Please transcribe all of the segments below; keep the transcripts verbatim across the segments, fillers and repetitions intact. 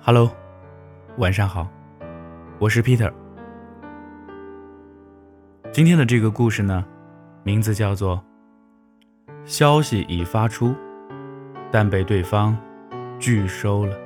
Hello， 晚上好，我是 Peter。今天的这个故事呢，名字叫做消息已发出，但被对方拒收了。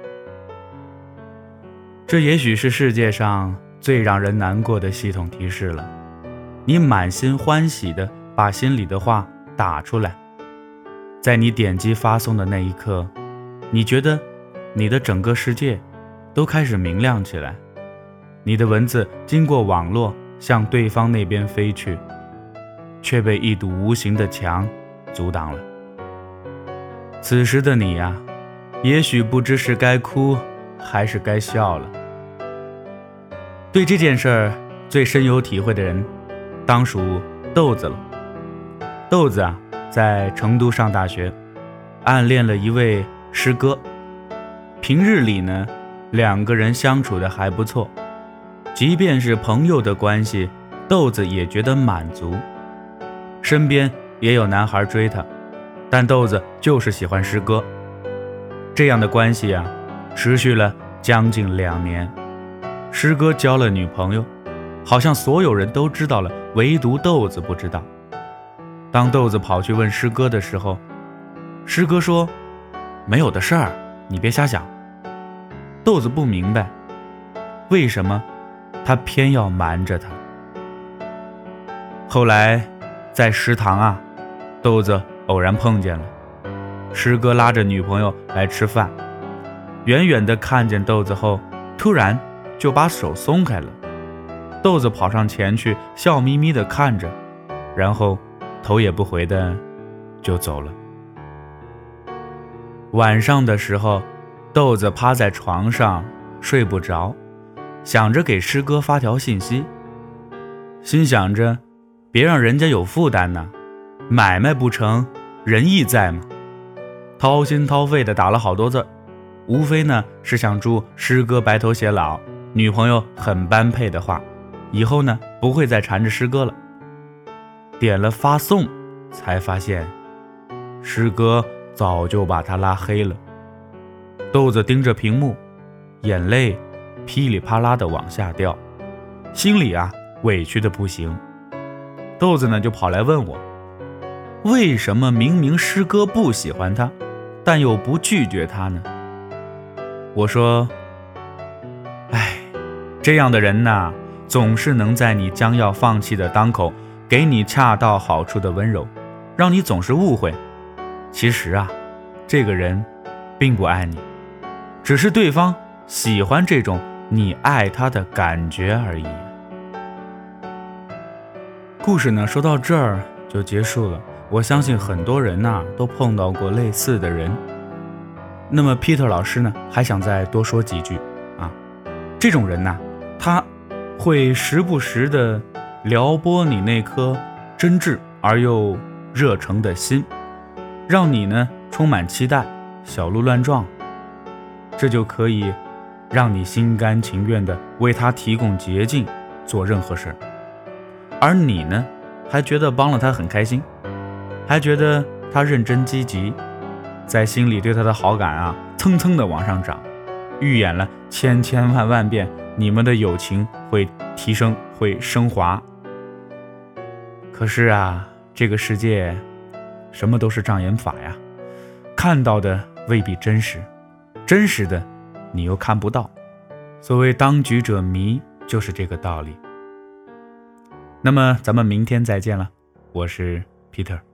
这也许是世界上最让人难过的系统提示了。你满心欢喜地把心里的话打出来，在你点击发送的那一刻，你觉得你的整个世界都开始明亮起来，你的文字经过网络向对方那边飞去，却被一堵无形的墙阻挡了。此时的你呀，也许不知是该哭还是该笑了。对这件事儿最深有体会的人，当属豆子了。豆子啊，在成都上大学，暗恋了一位师哥。平日里呢，两个人相处的还不错，即便是朋友的关系，豆子也觉得满足。身边也有男孩追他，但豆子就是喜欢师哥。这样的关系啊，持续了将近两年。师哥交了女朋友，好像所有人都知道了，唯独豆子不知道。当豆子跑去问师哥的时候，师哥说没有的事儿，你别瞎想。豆子不明白为什么他偏要瞒着他。后来在食堂啊，豆子偶然碰见了师哥，拉着女朋友来吃饭，远远地看见豆子后，突然就把手松开了。豆子跑上前去，笑眯眯地看着，然后头也不回的就走了。晚上的时候，豆子趴在床上睡不着，想着给师哥发条信息，心想着别让人家有负担呢，买卖不成仁义在嘛。掏心掏肺的打了好多字，无非呢是想祝师哥白头偕老，女朋友很般配的话，以后呢不会再缠着师哥了。点了发送，才发现师哥早就把他拉黑了。豆子盯着屏幕，眼泪噼里啪啦的往下掉，心里啊委屈的不行。豆子呢就跑来问我，为什么明明师哥不喜欢他，但又不拒绝他呢？我说，哎，这样的人呐，总是能在你将要放弃的当口，给你恰到好处的温柔，让你总是误会，其实啊，这个人并不爱你，只是对方喜欢这种你爱他的感觉而已。故事呢说到这儿就结束了。我相信很多人呐、啊、都碰到过类似的人。那么 Peter 老师呢还想再多说几句啊。这种人呐、啊，他会时不时的撩拨你那颗真挚而又热诚的心，让你呢充满期待，小鹿乱撞，这就可以让你心甘情愿的为他提供捷径，做任何事。而你呢还觉得帮了他很开心，还觉得他认真积极，在心里对他的好感啊蹭蹭的往上涨，预演了千千万万遍你们的友情会提升，会升华。可是啊，这个世界什么都是障眼法呀，看到的未必真实，真实的你又看不到。所谓当局者迷，就是这个道理。那么咱们明天再见了，我是 Peter。